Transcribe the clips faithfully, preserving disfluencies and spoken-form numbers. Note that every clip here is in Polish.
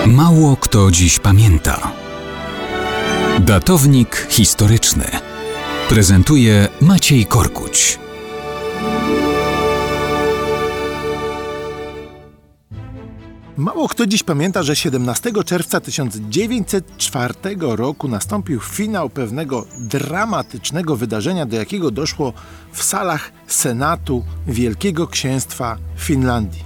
Mało kto dziś pamięta. Datownik historyczny prezentuje Maciej Korkuć. Mało kto dziś pamięta, że siedemnastego czerwca tysiąc dziewięćset czwartego roku nastąpił finał pewnego dramatycznego wydarzenia, do jakiego doszło w salach Senatu Wielkiego Księstwa Finlandii.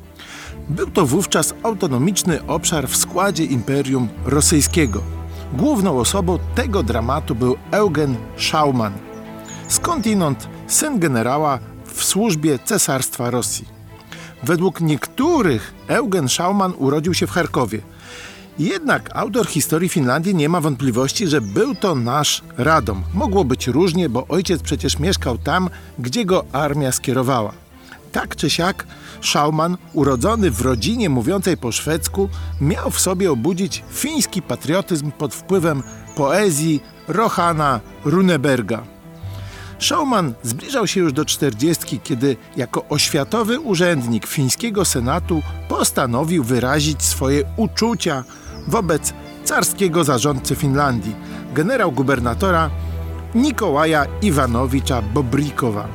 Był to wówczas autonomiczny obszar w składzie Imperium Rosyjskiego. Główną osobą tego dramatu był Eugen Szauman, skądinąd syn generała w służbie Cesarstwa Rosji. Według niektórych Eugen Szauman urodził się w Charkowie. Jednak autor historii Finlandii nie ma wątpliwości, że był to nasz Radom. Mogło być różnie, bo ojciec przecież mieszkał tam, gdzie go armia skierowała. Tak czy siak, Szauman, urodzony w rodzinie mówiącej po szwedzku, miał w sobie obudzić fiński patriotyzm pod wpływem poezji Rohana Runeberga. Szauman zbliżał się już do czterdziestki, kiedy jako oświatowy urzędnik fińskiego senatu postanowił wyrazić swoje uczucia wobec carskiego zarządcy Finlandii, generał-gubernatora Nikołaja Iwanowicza Bobrikowa.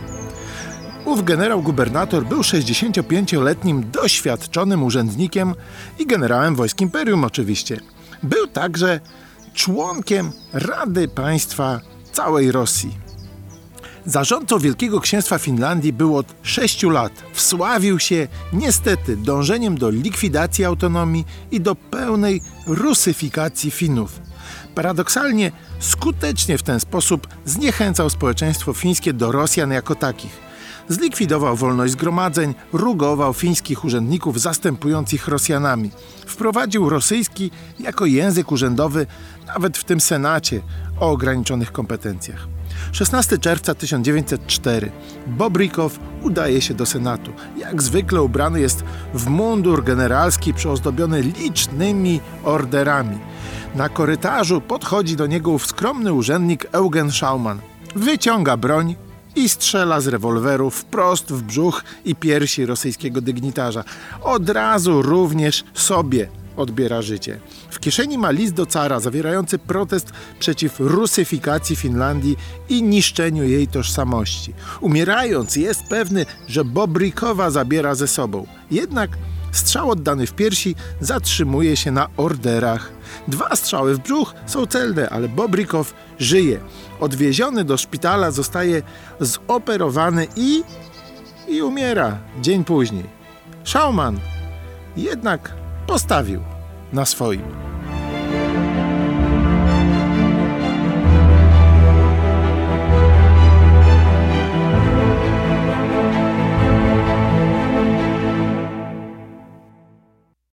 Ów generał-gubernator był sześćdziesięciopięcioletnim doświadczonym urzędnikiem i generałem wojsk imperium oczywiście. Był także członkiem Rady Państwa całej Rosji. Zarządcą Wielkiego Księstwa Finlandii był od sześciu lat. Wsławił się niestety dążeniem do likwidacji autonomii i do pełnej rusyfikacji Finów. Paradoksalnie skutecznie w ten sposób zniechęcał społeczeństwo fińskie do Rosjan jako takich. Zlikwidował wolność zgromadzeń, rugował fińskich urzędników, zastępując ich Rosjanami. Wprowadził rosyjski jako język urzędowy nawet w tym Senacie o ograniczonych kompetencjach. szesnastego czerwca tysiąc dziewięćset czwartego Bobrikow udaje się do Senatu. Jak zwykle ubrany jest w mundur generalski przyozdobiony licznymi orderami. Na korytarzu podchodzi do niego ów skromny urzędnik Eugen Szauman. Wyciąga broń i strzela z rewolweru wprost w brzuch i piersi rosyjskiego dygnitarza. Od razu również sobie odbiera życie. W kieszeni ma list do cara zawierający protest przeciw rusyfikacji Finlandii i niszczeniu jej tożsamości. Umierając jest pewny, że Bobrikowa zabiera ze sobą. Jednak strzał oddany w piersi zatrzymuje się na orderach. Dwa strzały w brzuch są celne, ale Bobrikow żyje. Odwieziony do szpitala zostaje zoperowany i... i umiera dzień później. Szauman jednak postawił na swoim.